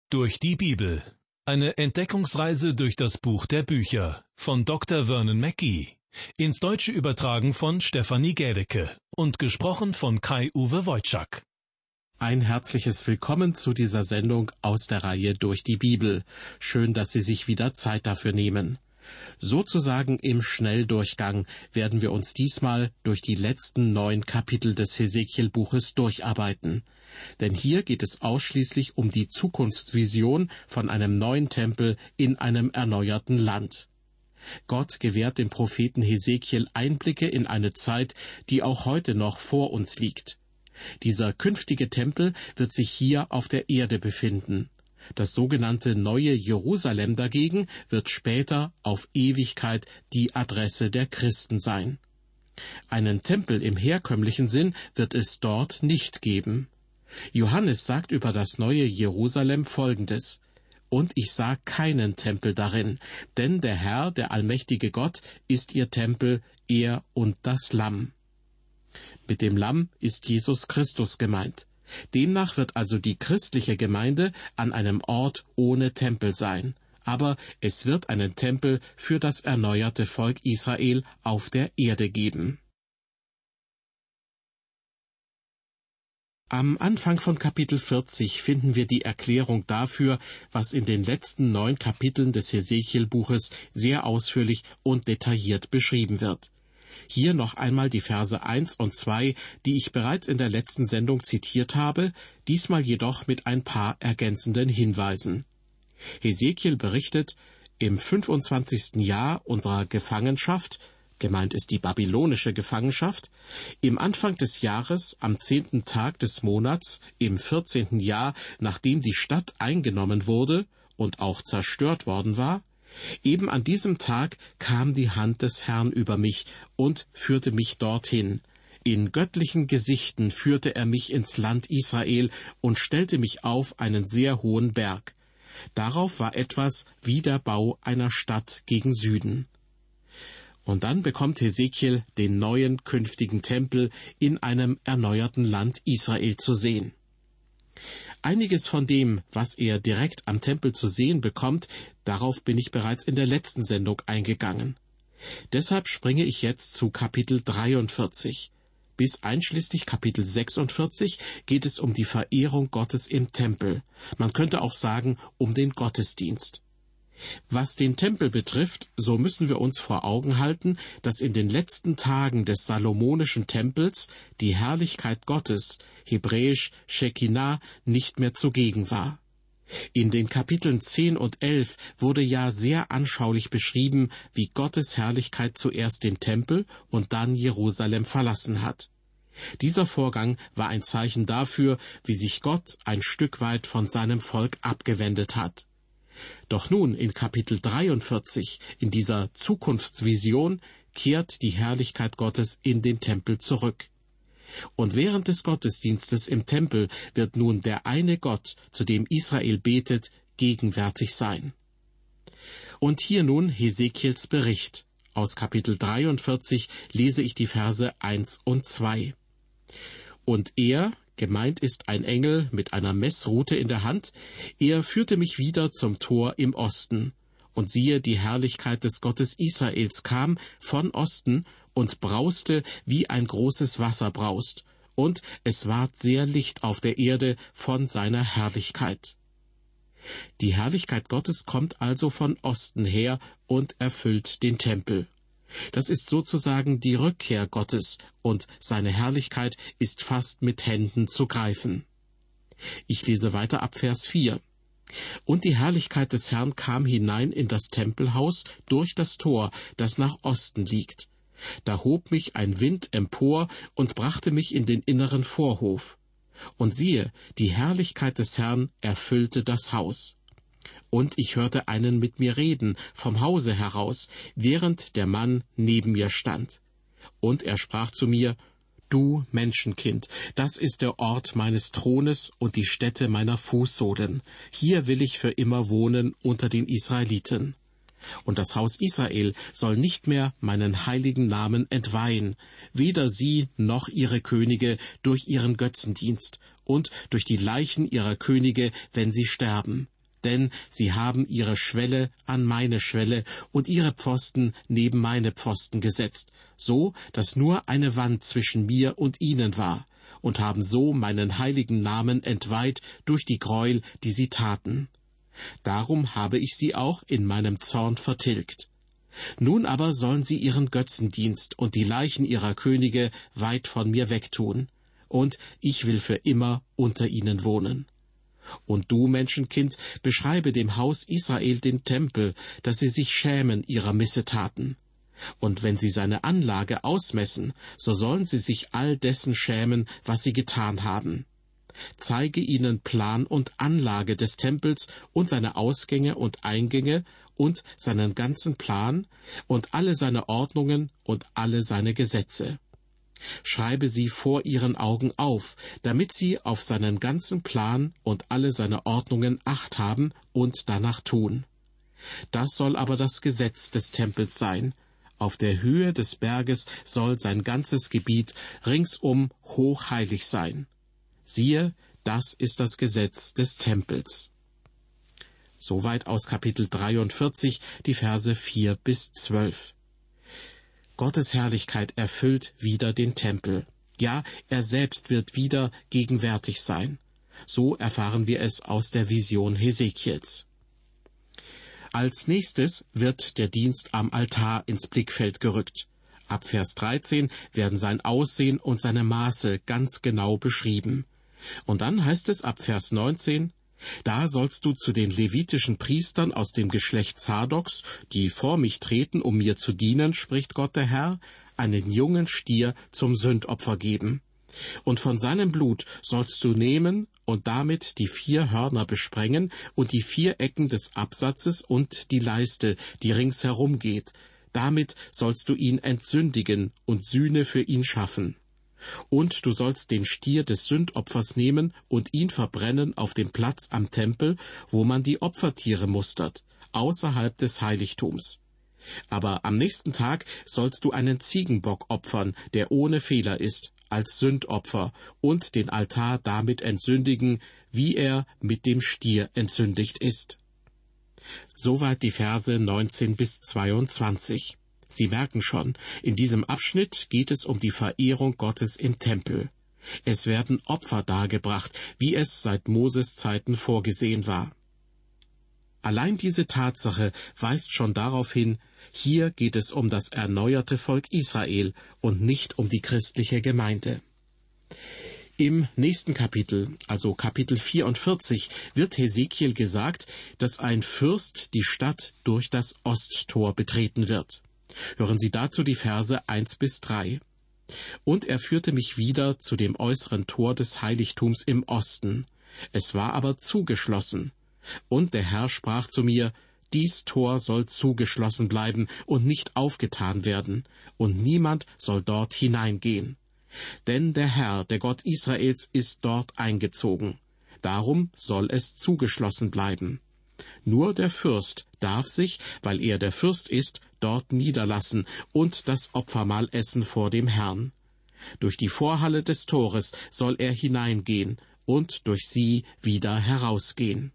Durch die Bibel. Eine Entdeckungsreise durch das Buch der Bücher von Dr. Vernon Mackey. Ins Deutsche übertragen von Stefanie Gädecke und gesprochen von Kai-Uwe Wojczak. Ein herzliches Willkommen zu dieser Sendung aus der Reihe Durch die Bibel. Schön, dass Sie sich wieder Zeit dafür nehmen. Sozusagen im Schnelldurchgang werden wir uns diesmal durch die letzten 9 Kapitel des Hesekiel-Buches durcharbeiten. Denn hier geht es ausschließlich um die Zukunftsvision von einem neuen Tempel in einem erneuerten Land. Gott gewährt dem Propheten Hesekiel Einblicke in eine Zeit, die auch heute noch vor uns liegt. Dieser künftige Tempel wird sich hier auf der Erde befinden. Das sogenannte Neue Jerusalem dagegen wird später auf Ewigkeit die Adresse der Christen sein. Einen Tempel im herkömmlichen Sinn wird es dort nicht geben. Johannes sagt über das Neue Jerusalem Folgendes: Und ich sah keinen Tempel darin, denn der Herr, der allmächtige Gott, ist ihr Tempel, er und das Lamm. Mit dem Lamm ist Jesus Christus gemeint. Demnach wird also die christliche Gemeinde an einem Ort ohne Tempel sein. Aber es wird einen Tempel für das erneuerte Volk Israel auf der Erde geben. Am Anfang von Kapitel 40 finden wir die Erklärung dafür, was in den letzten 9 Kapiteln des Hesekiel-Buches sehr ausführlich und detailliert beschrieben wird. Hier noch einmal die Verse 1 und 2, die ich bereits in der letzten Sendung zitiert habe, diesmal jedoch mit ein paar ergänzenden Hinweisen. Hesekiel berichtet, im 25. Jahr unserer Gefangenschaft, gemeint ist die babylonische Gefangenschaft, im Anfang des Jahres, am 10. Tag des Monats, im 14. Jahr, nachdem die Stadt eingenommen wurde und auch zerstört worden war, eben an diesem Tag kam die Hand des Herrn über mich und führte mich dorthin. In göttlichen Gesichten führte er mich ins Land Israel und stellte mich auf einen sehr hohen Berg. Darauf war etwas wie der Bau einer Stadt gegen Süden. Und dann bekommt Hesekiel den neuen künftigen Tempel in einem erneuerten Land Israel zu sehen. Einiges von dem, was er direkt am Tempel zu sehen bekommt, darauf bin ich bereits in der letzten Sendung eingegangen. Deshalb springe ich jetzt zu Kapitel 43. Bis einschließlich Kapitel 46 geht es um die Verehrung Gottes im Tempel. Man könnte auch sagen, um den Gottesdienst. Was den Tempel betrifft, so müssen wir uns vor Augen halten, dass in den letzten Tagen des salomonischen Tempels die Herrlichkeit Gottes, hebräisch Shekinah, nicht mehr zugegen war. In den Kapiteln 10 und 11 wurde ja sehr anschaulich beschrieben, wie Gottes Herrlichkeit zuerst den Tempel und dann Jerusalem verlassen hat. Dieser Vorgang war ein Zeichen dafür, wie sich Gott ein Stück weit von seinem Volk abgewendet hat. Doch nun in Kapitel 43, in dieser Zukunftsvision, kehrt die Herrlichkeit Gottes in den Tempel zurück. Und während des Gottesdienstes im Tempel wird nun der eine Gott, zu dem Israel betet, gegenwärtig sein. Und hier nun Hesekiels Bericht. Aus Kapitel 43 lese ich die Verse 1 und 2. Und er, gemeint ist ein Engel mit einer Messrute in der Hand, er führte mich wieder zum Tor im Osten. Und siehe, die Herrlichkeit des Gottes Israels kam von Osten und brauste, wie ein großes Wasser braust. Und es ward sehr Licht auf der Erde von seiner Herrlichkeit. Die Herrlichkeit Gottes kommt also von Osten her und erfüllt den Tempel. Das ist sozusagen die Rückkehr Gottes, und seine Herrlichkeit ist fast mit Händen zu greifen. Ich lese weiter ab Vers 4. Und die Herrlichkeit des Herrn kam hinein in das Tempelhaus durch das Tor, das nach Osten liegt. Da hob mich ein Wind empor und brachte mich in den inneren Vorhof. Und siehe, die Herrlichkeit des Herrn erfüllte das Haus. Und ich hörte einen mit mir reden vom Hause heraus, während der Mann neben mir stand. Und er sprach zu mir: Du Menschenkind, das ist der Ort meines Thrones und die Stätte meiner Fußsohlen. Hier will ich für immer wohnen unter den Israeliten. Und das Haus Israel soll nicht mehr meinen heiligen Namen entweihen, weder sie noch ihre Könige durch ihren Götzendienst und durch die Leichen ihrer Könige, wenn sie sterben. denn sie haben ihre Schwelle an meine Schwelle und ihre Pfosten neben meine Pfosten gesetzt, so dass nur eine Wand zwischen mir und ihnen war, und haben so meinen heiligen Namen entweiht durch die Gräuel, die sie taten. Darum habe ich sie auch in meinem Zorn vertilgt. Nun aber sollen sie ihren Götzendienst und die Leichen ihrer Könige weit von mir wegtun, und ich will für immer unter ihnen wohnen. Und du, Menschenkind, beschreibe dem Haus Israel den Tempel, dass sie sich schämen ihrer Missetaten. Und wenn sie seine Anlage ausmessen, so sollen sie sich all dessen schämen, was sie getan haben. Zeige ihnen Plan und Anlage des Tempels und seine Ausgänge und Eingänge und seinen ganzen Plan und alle seine Ordnungen und alle seine Gesetze. Schreibe sie vor ihren Augen auf, damit sie auf seinen ganzen Plan und alle seine Ordnungen Acht haben und danach tun. Das soll aber das Gesetz des Tempels sein. Auf der Höhe des Berges soll sein ganzes Gebiet ringsum hochheilig sein. Siehe, das ist das Gesetz des Tempels. Soweit aus Kapitel 43, die Verse 4-12. Gottes Herrlichkeit erfüllt wieder den Tempel. Ja, er selbst wird wieder gegenwärtig sein. So erfahren wir es aus der Vision Hesekiels. Als nächstes wird der Dienst am Altar ins Blickfeld gerückt. Ab Vers 13 werden sein Aussehen und seine Maße ganz genau beschrieben. Und dann heißt es ab Vers 19, da sollst du zu den levitischen Priestern aus dem Geschlecht Zadoks, die vor mich treten, um mir zu dienen, spricht Gott der Herr, einen jungen Stier zum Sündopfer geben. Und von seinem Blut sollst du nehmen und damit die 4 Hörner besprengen und die 4 Ecken des Absatzes und die Leiste, die ringsherum geht. Damit sollst du ihn entsündigen und Sühne für ihn schaffen. Und du sollst den Stier des Sündopfers nehmen und ihn verbrennen auf dem Platz am Tempel, wo man die Opfertiere mustert, außerhalb des Heiligtums. Aber am nächsten Tag sollst du einen Ziegenbock opfern, der ohne Fehler ist, als Sündopfer, und den Altar damit entsündigen, wie er mit dem Stier entsündigt ist. Soweit die Verse 19-22. Sie merken schon, in diesem Abschnitt geht es um die Verehrung Gottes im Tempel. Es werden Opfer dargebracht, wie es seit Moses Zeiten vorgesehen war. Allein diese Tatsache weist schon darauf hin, hier geht es um das erneuerte Volk Israel und nicht um die christliche Gemeinde. Im nächsten Kapitel, also Kapitel 44, wird Hesekiel gesagt, dass ein Fürst die Stadt durch das Osttor betreten wird. Hören Sie dazu die Verse 1-3. Und er führte mich wieder zu dem äußeren Tor des Heiligtums im Osten. Es war aber zugeschlossen. Und der Herr sprach zu mir, dies Tor soll zugeschlossen bleiben und nicht aufgetan werden, und niemand soll dort hineingehen. Denn der Herr, der Gott Israels, ist dort eingezogen. Darum soll es zugeschlossen bleiben. Nur der Fürst darf sich, weil er der Fürst ist, dort niederlassen und das Opfermahl essen vor dem Herrn. Durch die Vorhalle des Tores soll er hineingehen und durch sie wieder herausgehen.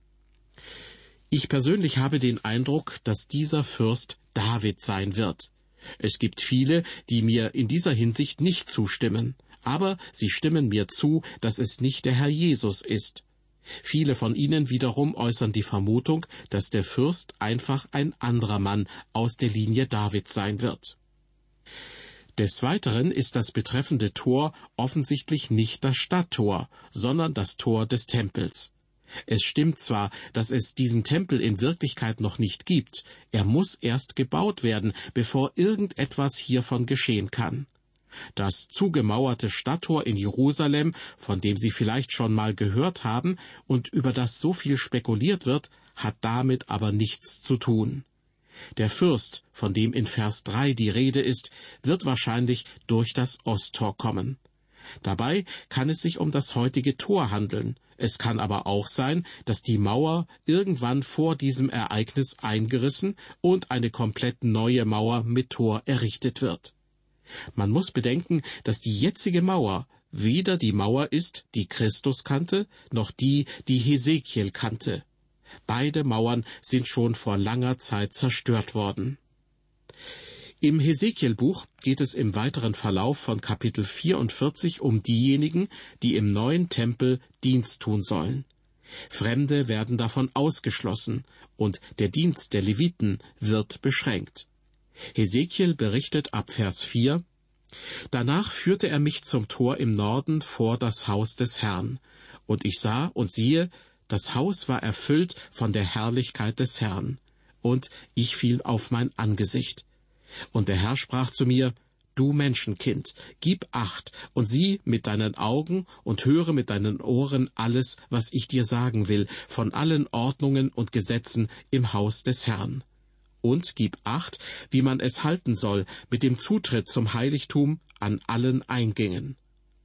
Ich persönlich habe den Eindruck, dass dieser Fürst David sein wird. Es gibt viele, die mir in dieser Hinsicht nicht zustimmen, aber sie stimmen mir zu, dass es nicht der Herr Jesus ist. Viele von ihnen wiederum äußern die Vermutung, dass der Fürst einfach ein anderer Mann aus der Linie Davids sein wird. Des Weiteren ist das betreffende Tor offensichtlich nicht das Stadttor, sondern das Tor des Tempels. Es stimmt zwar, dass es diesen Tempel in Wirklichkeit noch nicht gibt, er muss erst gebaut werden, bevor irgendetwas hiervon geschehen kann. Das zugemauerte Stadttor in Jerusalem, von dem Sie vielleicht schon mal gehört haben und über das so viel spekuliert wird, hat damit aber nichts zu tun. Der Fürst, von dem in Vers 3 die Rede ist, wird wahrscheinlich durch das Osttor kommen. Dabei kann es sich um das heutige Tor handeln. Es kann aber auch sein, dass die Mauer irgendwann vor diesem Ereignis eingerissen und eine komplett neue Mauer mit Tor errichtet wird. Man muss bedenken, dass die jetzige Mauer weder die Mauer ist, die Christus kannte, noch die, die Hesekiel kannte. Beide Mauern sind schon vor langer Zeit zerstört worden. Im Hesekielbuch geht es im weiteren Verlauf von Kapitel 44 um diejenigen, die im neuen Tempel Dienst tun sollen. Fremde werden davon ausgeschlossen und der Dienst der Leviten wird beschränkt. Hesekiel berichtet ab Vers 4: Danach führte er mich zum Tor im Norden vor das Haus des Herrn. Und ich sah und siehe, das Haus war erfüllt von der Herrlichkeit des Herrn. Und ich fiel auf mein Angesicht. Und der Herr sprach zu mir: Du Menschenkind, gib Acht und sieh mit deinen Augen und höre mit deinen Ohren alles, was ich dir sagen will, von allen Ordnungen und Gesetzen im Haus des Herrn. Und gib Acht, wie man es halten soll mit dem Zutritt zum Heiligtum an allen Eingängen.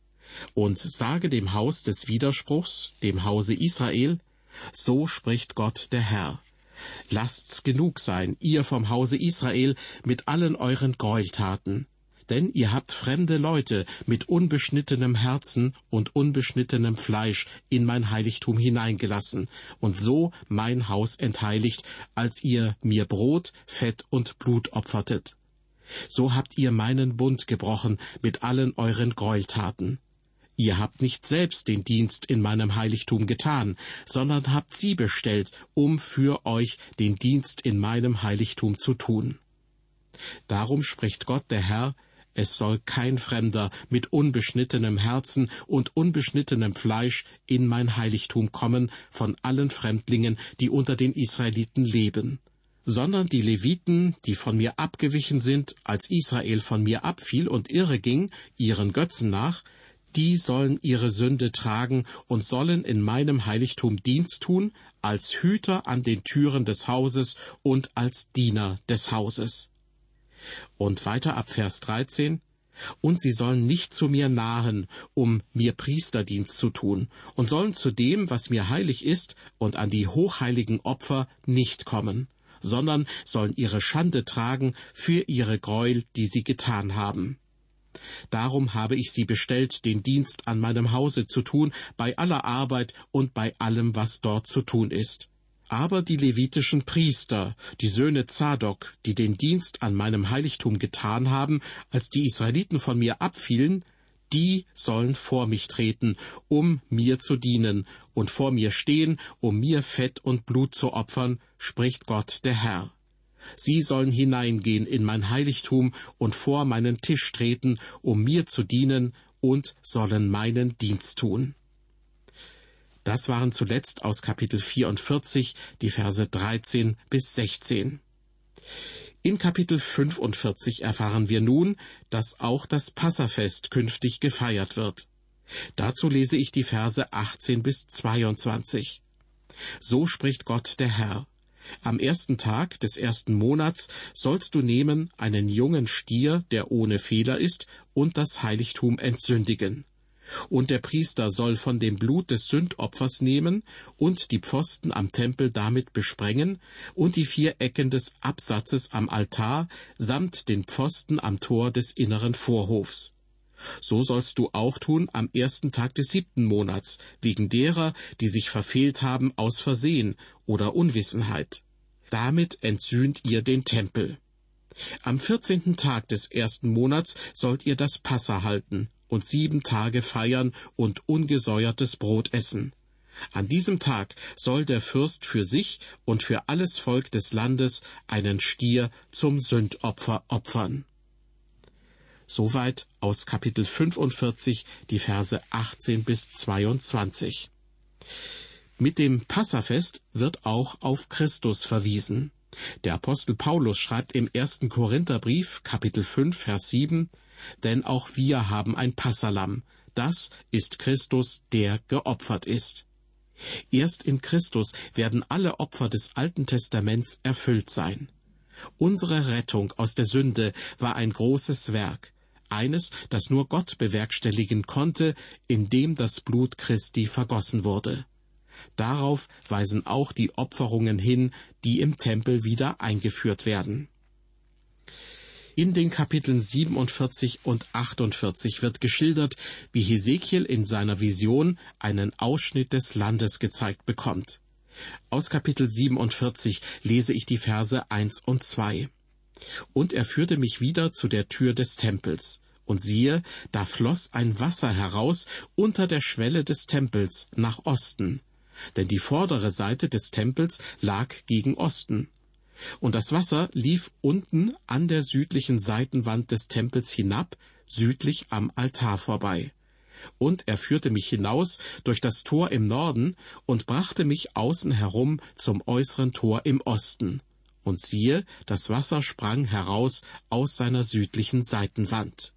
Und sage dem Haus des Widerspruchs, dem Hause Israel: So spricht Gott der Herr. Lasst's genug sein, ihr vom Hause Israel, mit allen euren Gräueltaten. Denn ihr habt fremde Leute mit unbeschnittenem Herzen und unbeschnittenem Fleisch in mein Heiligtum hineingelassen und so mein Haus entheiligt, als ihr mir Brot, Fett und Blut opfertet. So habt ihr meinen Bund gebrochen mit allen euren Gräueltaten. Ihr habt nicht selbst den Dienst in meinem Heiligtum getan, sondern habt sie bestellt, um für euch den Dienst in meinem Heiligtum zu tun. Darum spricht Gott der Herr: Es soll kein Fremder mit unbeschnittenem Herzen und unbeschnittenem Fleisch in mein Heiligtum kommen von allen Fremdlingen, die unter den Israeliten leben, sondern die Leviten, die von mir abgewichen sind, als Israel von mir abfiel und irre ging, ihren Götzen nach, die sollen ihre Sünde tragen und sollen in meinem Heiligtum Dienst tun, als Hüter an den Türen des Hauses und als Diener des Hauses. Und weiter ab Vers 13: Und sie sollen nicht zu mir nahen, um mir Priesterdienst zu tun, und sollen zu dem, was mir heilig ist, und an die hochheiligen Opfer nicht kommen, sondern sollen ihre Schande tragen für ihre Gräuel, die sie getan haben. Darum habe ich sie bestellt, den Dienst an meinem Hause zu tun, bei aller Arbeit und bei allem, was dort zu tun ist. Aber die levitischen Priester, die Söhne Zadok, die den Dienst an meinem Heiligtum getan haben, als die Israeliten von mir abfielen, die sollen vor mich treten, um mir zu dienen, und vor mir stehen, um mir Fett und Blut zu opfern, spricht Gott der Herr. Sie sollen hineingehen in mein Heiligtum und vor meinen Tisch treten, um mir zu dienen, und sollen meinen Dienst tun. Das waren zuletzt aus Kapitel 44 die Verse 13 bis 16. In Kapitel 45 erfahren wir nun, dass auch das Passafest künftig gefeiert wird. Dazu lese ich die Verse 18 bis 22. So spricht Gott der Herr: Am 1. Tag des 1. Monats sollst du nehmen einen jungen Stier, der ohne Fehler ist, und das Heiligtum entsündigen. Und der Priester soll von dem Blut des Sündopfers nehmen und die Pfosten am Tempel damit besprengen und die 4 Ecken des Absatzes am Altar samt den Pfosten am Tor des inneren Vorhofs. So sollst du auch tun am 1. Tag des 7. Monats, wegen derer, die sich verfehlt haben aus Versehen oder Unwissenheit. Damit entsühnt ihr den Tempel. Am 14. Tag des 1. Monats sollt ihr das Passa halten und 7 Tage feiern und ungesäuertes Brot essen. An diesem Tag soll der Fürst für sich und für alles Volk des Landes einen Stier zum Sündopfer opfern. Soweit aus Kapitel 45, die Verse 18 bis 22. Mit dem Passafest wird auch auf Christus verwiesen. Der Apostel Paulus schreibt im 1. Korintherbrief, Kapitel 5, Vers 7, denn auch wir haben ein Passalamm, das ist Christus, der geopfert ist. Erst in Christus werden alle Opfer des Alten Testaments erfüllt sein. Unsere Rettung aus der Sünde war ein großes Werk, eines, das nur Gott bewerkstelligen konnte, indem das Blut Christi vergossen wurde. Darauf weisen auch die Opferungen hin, die im Tempel wieder eingeführt werden. In den Kapiteln 47 und 48 wird geschildert, wie Hesekiel in seiner Vision einen Ausschnitt des Landes gezeigt bekommt. Aus Kapitel 47 lese ich die Verse 1 und 2. Und er führte mich wieder zu der Tür des Tempels. Und siehe, da floss ein Wasser heraus unter der Schwelle des Tempels nach Osten. Denn die vordere Seite des Tempels lag gegen Osten. Und das Wasser lief unten an der südlichen Seitenwand des Tempels hinab, südlich am Altar vorbei. Und er führte mich hinaus durch das Tor im Norden und brachte mich außen herum zum äußeren Tor im Osten. Und siehe, das Wasser sprang heraus aus seiner südlichen Seitenwand.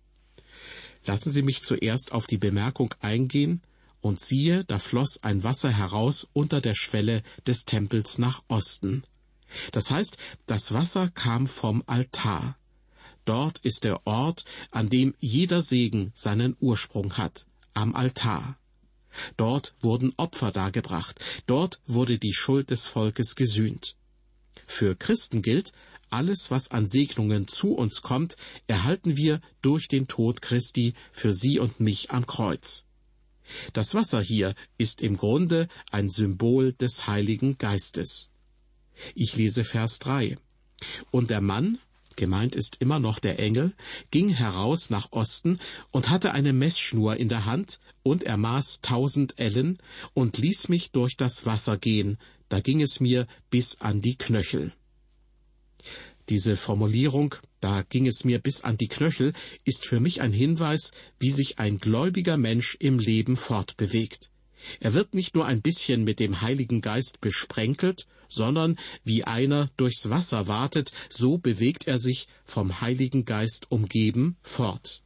Lassen Sie mich zuerst auf die Bemerkung eingehen, und siehe, da floss ein Wasser heraus unter der Schwelle des Tempels nach Osten. Das heißt, das Wasser kam vom Altar. Dort ist der Ort, an dem jeder Segen seinen Ursprung hat, am Altar. Dort wurden Opfer dargebracht, dort wurde die Schuld des Volkes gesühnt. Für Christen gilt, alles, was an Segnungen zu uns kommt, erhalten wir durch den Tod Christi für Sie und mich am Kreuz. Das Wasser hier ist im Grunde ein Symbol des Heiligen Geistes. Ich lese Vers 3. Und der Mann, gemeint ist immer noch der Engel, ging heraus nach Osten und hatte eine Messschnur in der Hand, und er maß 1000 Ellen und ließ mich durch das Wasser gehen, da ging es mir bis an die Knöchel. Diese Formulierung, da ging es mir bis an die Knöchel, ist für mich ein Hinweis, wie sich ein gläubiger Mensch im Leben fortbewegt. Er wird nicht nur ein bisschen mit dem Heiligen Geist besprenkelt, sondern wie einer durchs Wasser wartet, so bewegt er sich, vom Heiligen Geist umgeben, fort.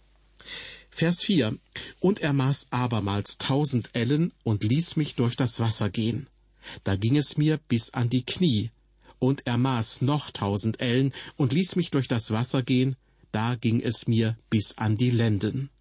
Vers 4. Und er maß abermals 1000 Ellen und ließ mich durch das Wasser gehen. Da ging es mir bis an die Knie. Und er maß noch 1000 Ellen und ließ mich durch das Wasser gehen, da ging es mir bis an die Lenden.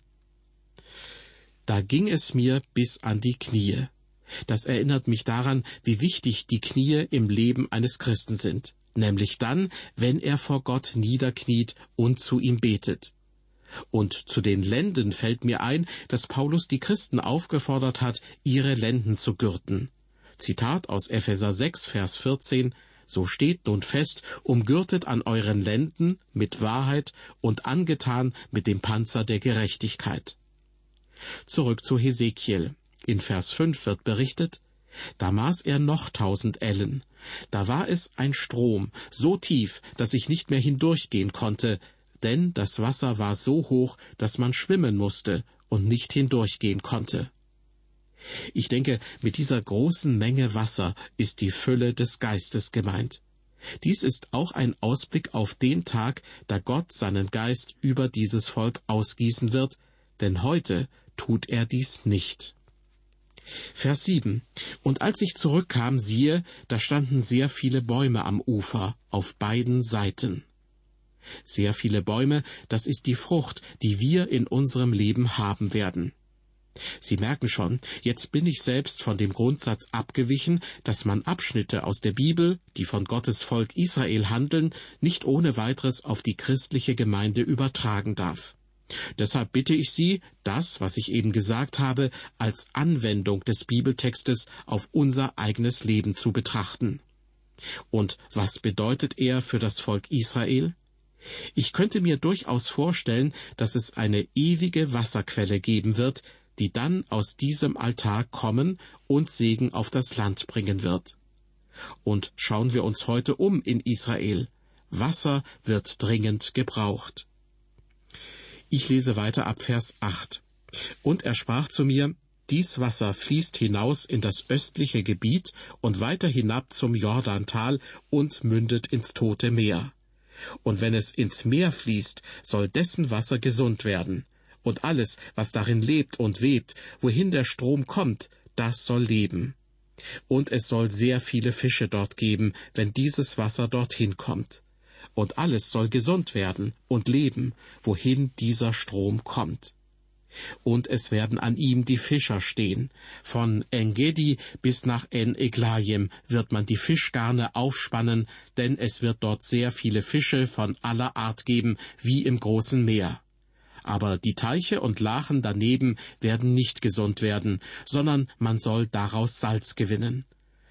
Da ging es mir bis an die Knie. Das erinnert mich daran, wie wichtig die Knie im Leben eines Christen sind, nämlich dann, wenn er vor Gott niederkniet und zu ihm betet. Und zu den Lenden fällt mir ein, dass Paulus die Christen aufgefordert hat, ihre Lenden zu gürten. Zitat aus Epheser 6, Vers 14: So steht nun fest, umgürtet an euren Lenden mit Wahrheit und angetan mit dem Panzer der Gerechtigkeit. Zurück zu Hesekiel. In Vers 5 wird berichtet: Da maß er noch 1000 Ellen. Da war es ein Strom, so tief, dass ich nicht mehr hindurchgehen konnte, denn das Wasser war so hoch, dass man schwimmen musste und nicht hindurchgehen konnte. Ich denke, mit dieser großen Menge Wasser ist die Fülle des Geistes gemeint. Dies ist auch ein Ausblick auf den Tag, da Gott seinen Geist über dieses Volk ausgießen wird, denn heute tut er dies nicht. Vers 7. Und als ich zurückkam, siehe, da standen sehr viele Bäume am Ufer, auf beiden Seiten. Sehr viele Bäume, das ist die Frucht, die wir in unserem Leben haben werden. Sie merken schon, jetzt bin ich selbst von dem Grundsatz abgewichen, dass man Abschnitte aus der Bibel, die von Gottes Volk Israel handeln, nicht ohne weiteres auf die christliche Gemeinde übertragen darf. Deshalb bitte ich Sie, das, was ich eben gesagt habe, als Anwendung des Bibeltextes auf unser eigenes Leben zu betrachten. Und was bedeutet er für das Volk Israel? Ich könnte mir durchaus vorstellen, dass es eine ewige Wasserquelle geben wird, die dann aus diesem Altar kommen und Segen auf das Land bringen wird. Und schauen wir uns heute um in Israel. Wasser wird dringend gebraucht. Ich lese weiter ab Vers 8. Und er sprach zu mir: Dies Wasser fließt hinaus in das östliche Gebiet und weiter hinab zum Jordantal und mündet ins Tote Meer. Und wenn es ins Meer fließt, soll dessen Wasser gesund werden. Und alles, was darin lebt und webt, wohin der Strom kommt, das soll leben. Und es soll sehr viele Fische dort geben, wenn dieses Wasser dorthin kommt. Und alles soll gesund werden und leben, wohin dieser Strom kommt. Und es werden an ihm die Fischer stehen. Von En-Gedi bis nach En-Eglaim wird man die Fischgarne aufspannen, denn es wird dort sehr viele Fische von aller Art geben, wie im großen Meer. Aber die Teiche und Lachen daneben werden nicht gesund werden, sondern man soll daraus Salz gewinnen.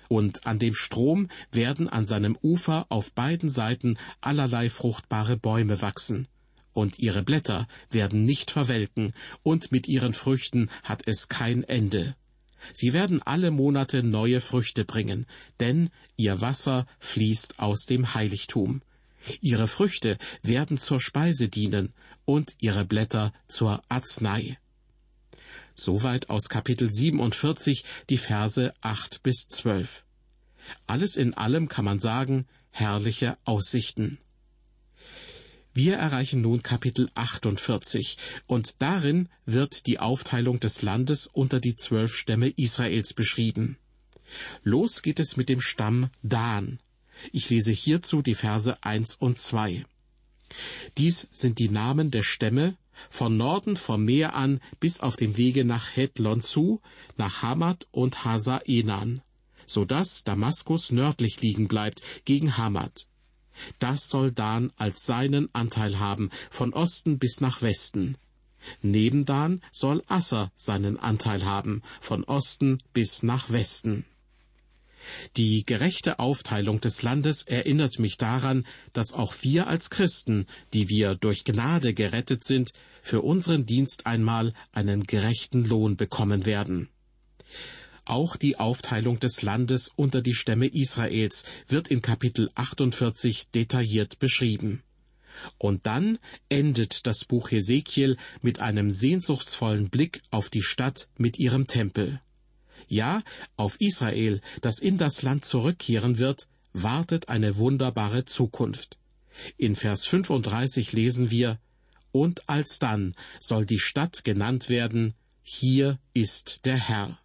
Und an dem Strom werden an seinem Ufer auf beiden Seiten allerlei fruchtbare Bäume wachsen. Und ihre Blätter werden nicht verwelken, und mit ihren Früchten hat es kein Ende. Sie werden alle Monate neue Früchte bringen, denn ihr Wasser fließt aus dem Heiligtum. Ihre Früchte werden zur Speise dienen und ihre Blätter zur Arznei. Soweit aus Kapitel 47, die Verse 8 bis 12. Alles in allem kann man sagen, herrliche Aussichten. Wir erreichen nun Kapitel 48, und darin wird die Aufteilung des Landes unter die 12 Stämme Israels beschrieben. Los geht es mit dem Stamm Dan. Ich lese hierzu die Verse 1 und 2. Dies sind die Namen der Stämme, von Norden vom Meer an bis auf dem Wege nach Hethlon zu, nach Hamat und Hasa-Enan, so dass Damaskus nördlich liegen bleibt gegen Hamat. Das soll Dan als seinen Anteil haben, von Osten bis nach Westen. Neben Dan soll Asser seinen Anteil haben, von Osten bis nach Westen. Die gerechte Aufteilung des Landes erinnert mich daran, dass auch wir als Christen, die wir durch Gnade gerettet sind, für unseren Dienst einmal einen gerechten Lohn bekommen werden. Auch die Aufteilung des Landes unter die Stämme Israels wird in Kapitel 48 detailliert beschrieben. Und dann endet das Buch Hesekiel mit einem sehnsuchtsvollen Blick auf die Stadt mit ihrem Tempel. Ja, auf Israel, das in das Land zurückkehren wird, wartet eine wunderbare Zukunft. In Vers 35 lesen wir: Und alsdann soll die Stadt genannt werden, hier ist der Herr.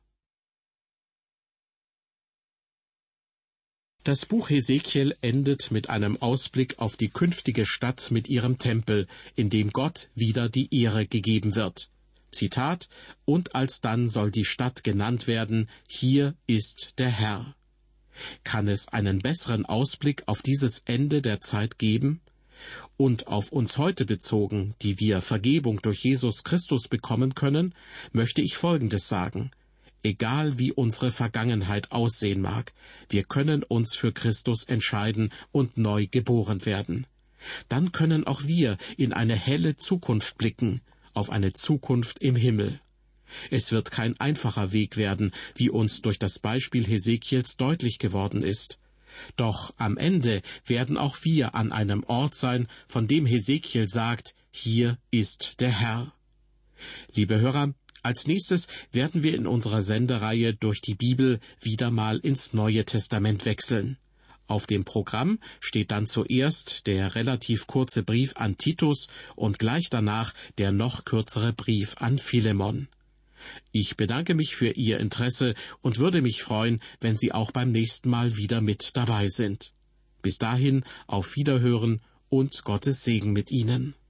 Das Buch Hesekiel endet mit einem Ausblick auf die künftige Stadt mit ihrem Tempel, in dem Gott wieder die Ehre gegeben wird. Zitat: Und alsdann soll die Stadt genannt werden, hier ist der Herr. Kann es einen besseren Ausblick auf dieses Ende der Zeit geben? Und auf uns heute bezogen, die wir Vergebung durch Jesus Christus bekommen können, möchte ich Folgendes sagen: Egal wie unsere Vergangenheit aussehen mag, wir können uns für Christus entscheiden und neu geboren werden. Dann können auch wir in eine helle Zukunft blicken, auf eine Zukunft im Himmel. Es wird kein einfacher Weg werden, wie uns durch das Beispiel Hesekiels deutlich geworden ist. Doch am Ende werden auch wir an einem Ort sein, von dem Hesekiel sagt, hier ist der Herr. Liebe Hörer, als nächstes werden wir in unserer Sendereihe durch die Bibel wieder mal ins Neue Testament wechseln. Auf dem Programm steht dann zuerst der relativ kurze Brief an Titus und gleich danach der noch kürzere Brief an Philemon. Ich bedanke mich für Ihr Interesse und würde mich freuen, wenn Sie auch beim nächsten Mal wieder mit dabei sind. Bis dahin, auf Wiederhören und Gottes Segen mit Ihnen.